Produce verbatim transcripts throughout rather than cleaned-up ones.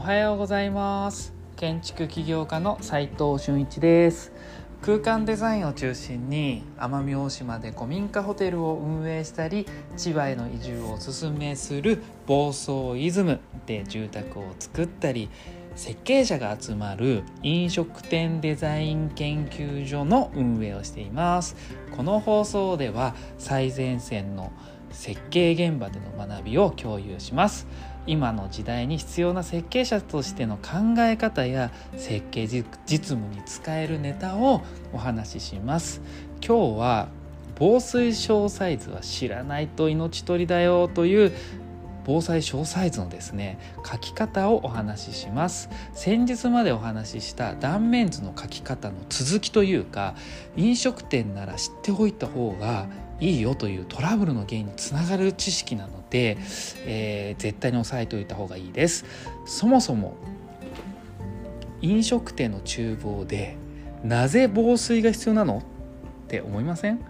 はようございます。建築起業家の斉藤俊一です。空間デザインを中心に奄美大島で古民家ホテルを運営したり、千葉への移住をお勧めする房総イズムで住宅を作ったり、設計者が集まる飲食店デザイン研究所の運営をしています。この放送では最前線の設計現場での学びを共有します。今の時代に必要な設計者としての考え方や設計実務に使えるネタをお話しします。今日は防水小サイズは知らないと命取りだよという防災小サイズのですね書き方をお話しします。先日までお話しした断面図の書き方の続きというか、飲食店なら知っておいた方がいいよというトラブルの原因につながる知識なので、えー、絶対に押さえておいた方がいいです。そもそも飲食店の厨房でなぜ防水が必要なのって思いません？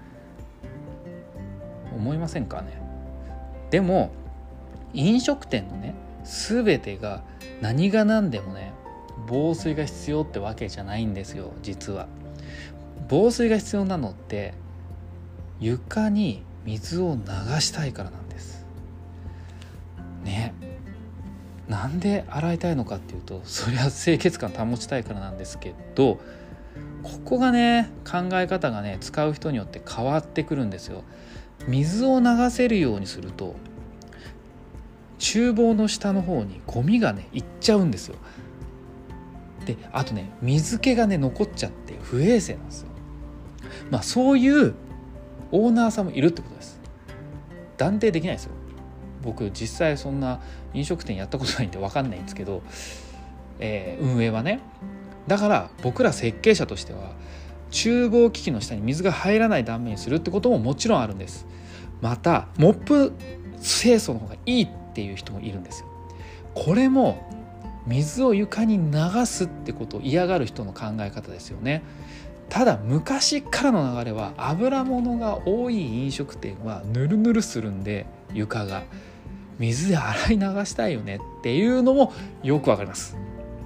思いませんかね。でも飲食店のね全てが何が何でもね防水が必要ってわけじゃないんですよ。実は防水が必要なのって床に水を流したいからなんですね。なんで洗いたいのかっていうと、そりゃ清潔感保ちたいからなんですけど、ここがね考え方がね使う人によって変わってくるんですよ。水を流せるようにすると厨房の下の方にゴミがねいっちゃうんですよ。であとね水気がね残っちゃって不衛生なんですよ。まあそういうオーナーさんもいるってことです。断定できないですよ。僕実際そんな飲食店やったことないんで分かんないんですけど、えー、運営はね。だから僕ら設計者としては厨房機器の下に水が入らない断面にするってことももちろんあるんです。またモップ清掃の方がいいっていう人もいるんですよ。これも水を床に流すってことを嫌がる人の考え方ですよね。ただ昔からの流れは油物が多い飲食店はヌルヌルするんで床が水で洗い流したいよねっていうのもよくわかります。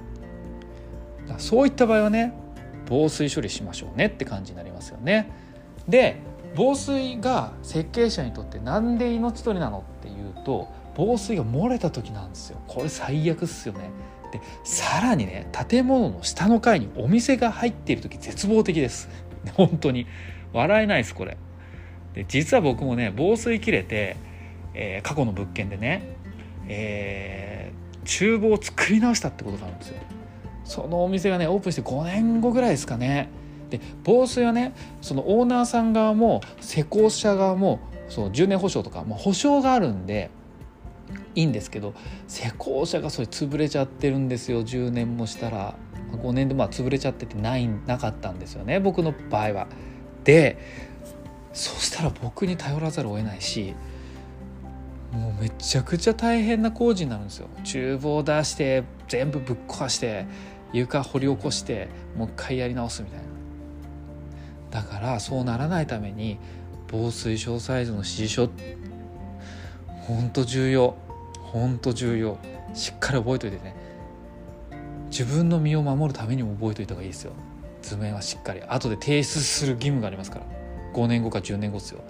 そういった場合はね防水処理しましょうねって感じになりますよね。で防水が設計者にとってなんで命取りなのっていうと、防水が漏れた時なんですよ。これ最悪っすよね。でさらにね建物の下の階にお店が入っている時絶望的です。本当に笑えないですこれ。で実は僕もね防水切れて、えー、過去の物件でね、えー、厨房を作り直したってことがあるんですよ。そのお店がねオープンしてごねんごぐらいですかね。で防水はねそのオーナーさん側も施工者側もそうじゅうねん保証とか、まあ、保証があるんでいいんですけど、施工者がそれ潰れちゃってるんですよ。じゅうねんもしたらごねんでまあ潰れちゃっててないなかったんですよね僕の場合は。でそしたら僕に頼らざるを得ないし、もうめちゃくちゃ大変な工事になるんですよ。厨房出して全部ぶっ壊して床掘り起こしてもう一回やり直すみたいな。だからそうならないために防水小サイズの指示書ほんと重要ほんと重要。しっかり覚えておいてね。自分の身を守るためにも覚えておいた方がいいですよ。図面はしっかり後で提出する義務がありますから。ごねんごかじゅうねんごですよ。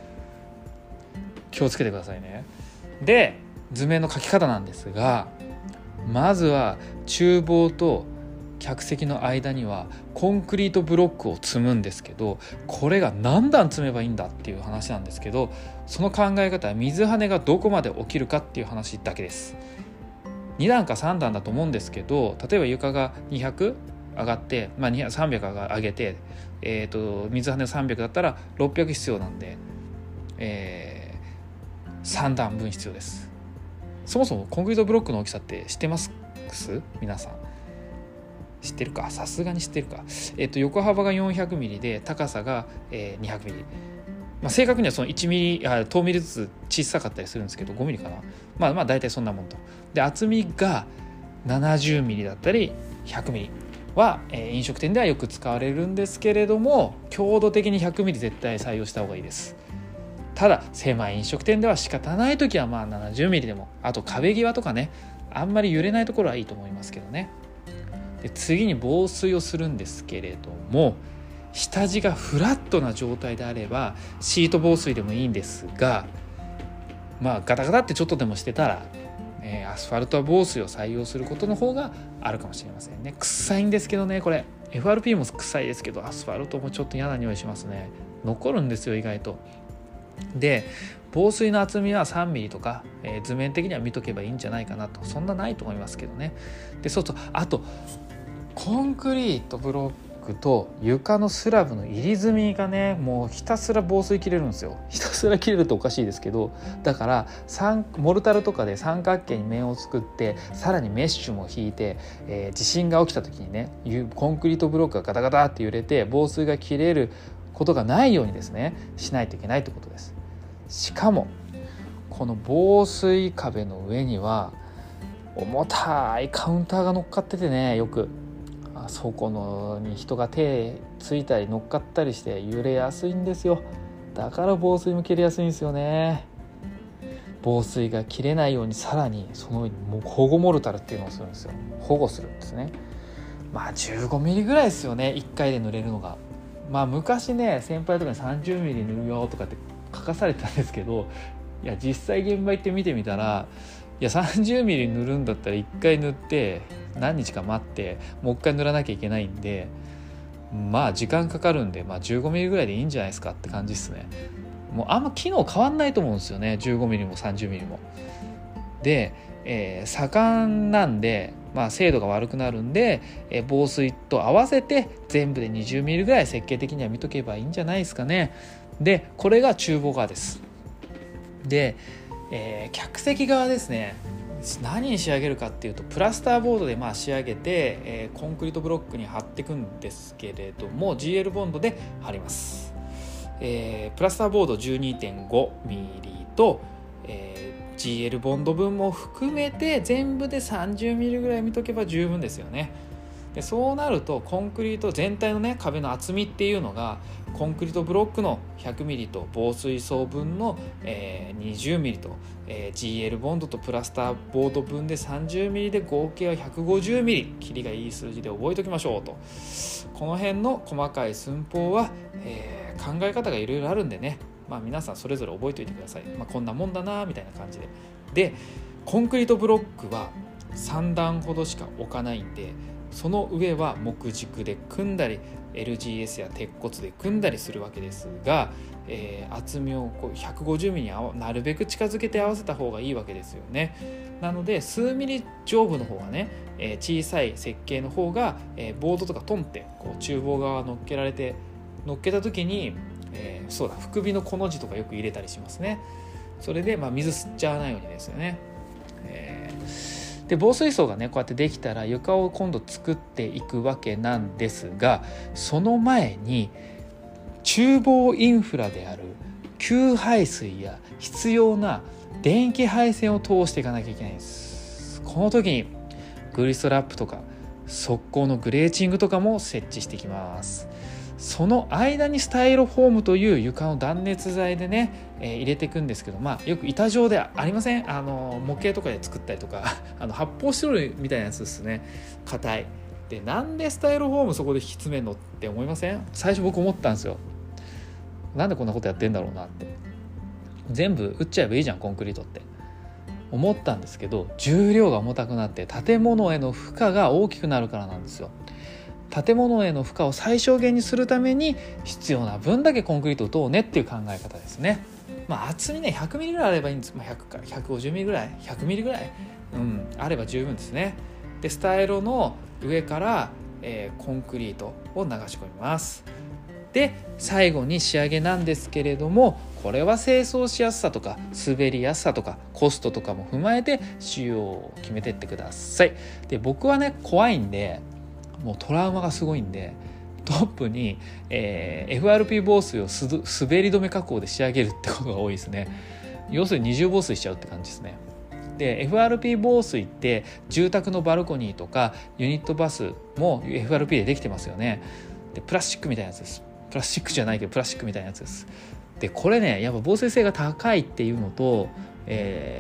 気をつけてくださいね。で図面の書き方なんですが、まずは厨房と客席の間にはコンクリートブロックを積むんですけど、これが何段積めばいいんだっていう話なんですけど、その考え方は水跳ねがどこまで起きるかっていう話だけです。にだんかさんだんだと思うんですけど、例えば床がにひゃく上がって、まあ、さんびゃく上げて、えー、と水跳ねさんびゃくだったらろっぴゃく必要なんで、えー、さんだんぶん必要です。そもそもコンクリートブロックの大きさって知ってます皆さん？知ってるか、さすがに知ってるか。えっと横幅がよんひゃくミリで高さがにひゃくミリ、まあ、正確にはそのいちミリあ等ミリずつ小さかったりするんですけどごミリかな。まあまあ大体そんなもんと。で厚みがななじゅうミリだったりひゃくミリは、えー、飲食店ではよく使われるんですけれども、強度的にひゃくミリ絶対採用した方がいいです。ただ狭い飲食店では仕方ない時はまあななじゅうミリでも、あと壁際とかねあんまり揺れないところはいいと思いますけどね。で次に防水をするんですけれども、下地がフラットな状態であればシート防水でもいいんですが、まあガタガタってちょっとでもしてたら、えー、アスファルト防水を採用することの方があるかもしれませんね。臭いんですけどね、これ エフアールピー も臭いですけど、アスファルトもちょっと嫌な匂いしますね。残るんですよ意外と。で防水の厚みはさんミリとか、えー、図面的には見とけばいいんじゃないかなと。そんなないと思いますけどね。でそうするとあとコンクリートブロックと床のスラブの入り積みがね、もうひたすら防水切れるんですよ。ひたすら切れるとおかしいですけど、だからモルタルとかで三角形に面を作って、さらにメッシュも引いて、えー、地震が起きた時にね、コンクリートブロックがガタガタって揺れて防水が切れることがないようにですね、しないといけないということです。しかもこの防水壁の上には重たいカウンターが乗っかっててね、よくあそこのに人が手ついたり乗っかったりして揺れやすいんですよ。だから防水も切れやすいんですよね。防水が切れないようにさらにその上に保護モルタルっていうのをするんですよ。保護するんですね。まあじゅうごミリぐらいですよね、いっかいで塗れるのが。まあ昔ね、先輩とかにさんじゅうミリ塗るよとかって書かされてたんですけど、いや実際現場行って見てみたら、いやさんじゅうミリ塗るんだったらいっかい塗って何日か待ってもう一回塗らなきゃいけないんで、まあ時間かかるんで、まあじゅうごミリぐらいでいいんじゃないですかって感じですね。もうあんま機能変わんないと思うんですよね、じゅうごミリもさんじゅうミリも。で、えー、盛んなんで、まあ、精度が悪くなるんで、えー、防水と合わせて全部でにじゅうミリぐらい設計的には見とけばいいんじゃないですかね。でこれが厨房側です。で、えー、客席側ですね、何に仕上げるかっていうとプラスターボードでまあ仕上げて、えー、コンクリートブロックに貼っていくんですけれども ジーエル ボンドで貼ります。えー、プラスターボード じゅうにてんごミリ と、えー、ジーエル ボンド分も含めて全部でさんじゅうミリぐらい見とけば十分ですよね。でそうなるとコンクリート全体のね壁の厚みっていうのがコンクリートブロックの ひゃくミリ と防水層分の、えー、にじゅうミリ と、えー、ジーエル ボンドとプラスターボード分で さんじゅうミリ で合計は ひゃくごじゅうミリ、 切りがいい数字で覚えておきましょうと。この辺の細かい寸法は、えー、考え方がいろいろあるんでね、まあ、皆さんそれぞれ覚えておいてください。まあ、こんなもんだなみたいな感じで。でコンクリートブロックはさん段ほどしか置かないんで、その上は木軸で組んだり エルジーエス や鉄骨で組んだりするわけですが、えー、厚みをこうひゃくごじゅうミリになるべく近づけて合わせた方がいいわけですよね。なので数ミリ上部の方がね、えー、小さい設計の方が、えー、ボードとかトンってこう厨房側乗っけられて乗っけた時に、えー、そうだ副鼻のコの字とかよく入れたりしますね。それで、まあ、水吸っちゃわないようにですよね。えーで防水層がねこうやってできたら床を今度作っていくわけなんですが、その前に厨房インフラである給排水や必要な電気配線を通していかなきゃいけないんです。この時にグリストラップとか側溝のグレーチングとかも設置していきます。その間にスタイロフォームという床の断熱材でね、えー、入れていくんですけど、まあよく板状でありません？あの模型とかで作ったりとかあの発泡スチロールみたいなやつですね。硬いで、なんでスタイロフォームそこで引き詰めるのって思いません？最初僕思ったんですよ。なんでこんなことやってんだろうなって。全部打っちゃえばいいじゃんコンクリートって思ったんですけど、重量が重たくなって建物への負荷が大きくなるからなんですよ。建物への負荷を最小限にするために必要な分だけコンクリートを打とうねっていう考え方ですね。まあ厚みねひゃくミリぐらいあればいいんです。まあ、ひゃくからひゃくごじゅうミリぐらいひゃくミリぐらい、うん、あれば十分ですね。でスタイロの上から、えー、コンクリートを流し込みます。で最後に仕上げなんですけれども、これは清掃しやすさとか滑りやすさとかコストとかも踏まえて仕様を決めてってください。で僕はね怖いんで、もうトラウマがすごいんでトップに、えー、エフアールピー 防水をす滑り止め加工で仕上げるってことが多いですね。要するに二重防水しちゃうって感じですね。で エフアールピー 防水って住宅のバルコニーとかユニットバスも エフアールピー でできてますよね。でプラスチックみたいなやつです。プラスチックじゃないけどプラスチックみたいなやつです。でこれねやっぱ防水性が高いっていうのと、え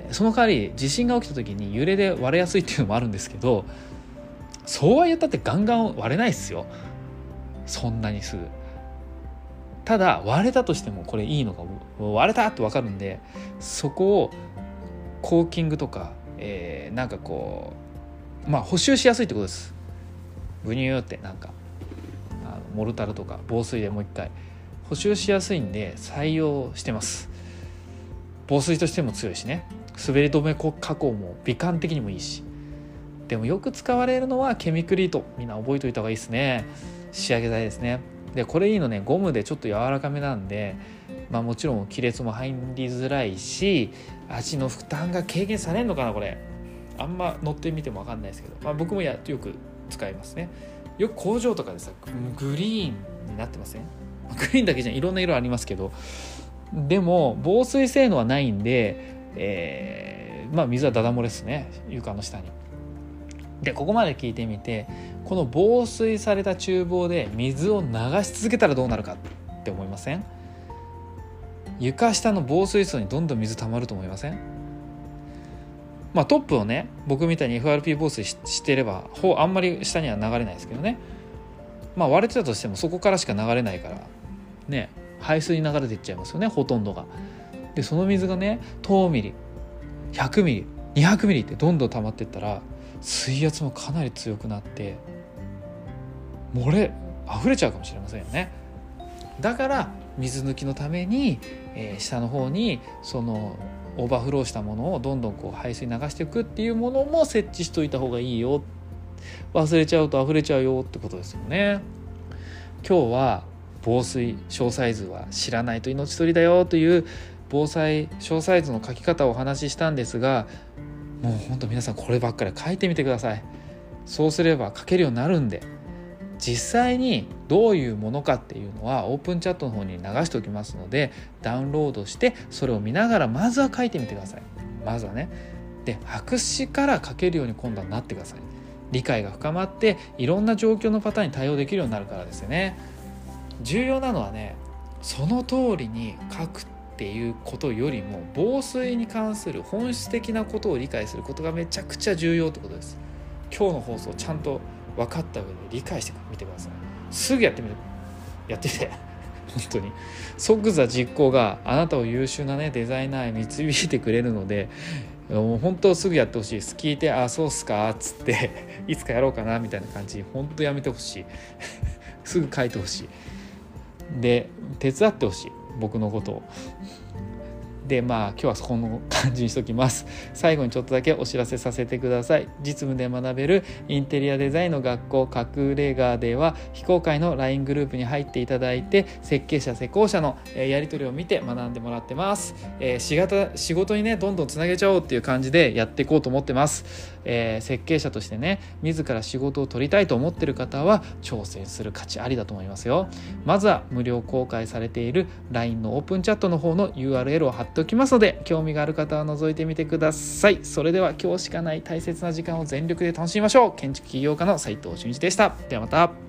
その代わり地震が起きた時に揺れで割れやすいっていうのもあるんですけど、そうは言ったってガンガン割れないですよ、そんなにすぐ。ただ割れたとしてもこれいいのが割れたって分かるんで、そこをコーキングとか、えー、なんかこうまあ補修しやすいってことです。ブニューってなんかあのモルタルとか防水でもう一回補修しやすいんで採用してます。防水としても強いしね、滑り止め加工も美観的にもいいし。でもよく使われるのはケミクリート、みんな覚えておいた方がいいですね。仕上げ剤ですね。でこれいいのね、ゴムでちょっと柔らかめなんで、まあ、もちろん亀裂も入りづらいし、足の負担が軽減されるのかな。これあんま乗ってみても分かんないですけど、まあ、僕もやよく使いますね。よく工場とかでさグリーンになってません？グリーンだけじゃいろんな色ありますけど、でも防水性能はないんで、えー、まあ水はダダ漏れですね、床の下に。でここまで聞いてみて、この防水された厨房で水を流し続けたらどうなるかって思いません？床下の防水層にどんどん水溜まると思いません？まあトップをね、僕みたいに エフアールピー 防水 し, してればあんまり下には流れないですけどね。まあ割れてたとしてもそこからしか流れないからね、排水に流れていっちゃいますよね、ほとんどが。でその水がね、等ミリ、ひゃくミリ、にひゃくミリってどんどん溜まっていったら、水圧もかなり強くなって漏れ溢れちゃうかもしれませんよね。だから水抜きのために、えー、下の方にそのオーバーフローしたものをどんどんこう排水流していくっていうものも設置しといた方がいいよ、忘れちゃうと溢れちゃうよってことですよね。今日は防水小サイズは知らないと命取りだよという防災小サイズの書き方をお話ししたんですが、もう本当皆さんこればっかり書いてみてください。そうすれば書けるようになるんで、実際にどういうものかっていうのはオープンチャットの方に流しておきますので、ダウンロードしてそれを見ながらまずは書いてみてください。まずはね。で白紙から書けるように今度はなってください。理解が深まっていろんな状況のパターンに対応できるようになるからですよね。重要なのはね、その通りに書くっていうことよりも防水に関する本質的なことを理解することがめちゃくちゃ重要ってことです。今日の放送ちゃんと分かった上で理解してみてください。すぐやってみてやってみて本当に即座実行があなたを優秀なねデザイナーへ導いてくれるので、もう本当すぐやってほしいです。聞いてあそうっすかっつっていつかやろうかなみたいな感じ、本当やめてほしいすぐ書いてほしいで、手伝ってほしい僕のことを。でまあ今日はこの感じにしときます。最後にちょっとだけお知らせさせてください。実務で学べるインテリアデザインの学校隠れ家では非公開の ライン グループに入っていただいて、設計者施工者のやり取りを見て学んでもらってます。えー、仕事、仕事にねどんどんつなげちゃおうっていう感じでやっていこうと思ってます。えー、設計者としてね自ら仕事を取りたいと思っている方は挑戦する価値ありだと思いますよ。まずは無料公開されている ライン のオープンチャットの方の ユーアールエル を貼っておきますので、興味がある方は覗いてみてください。それでは今日しかない大切な時間を全力で楽しみましょう。建築起業家の斉藤俊一でした。ではまた。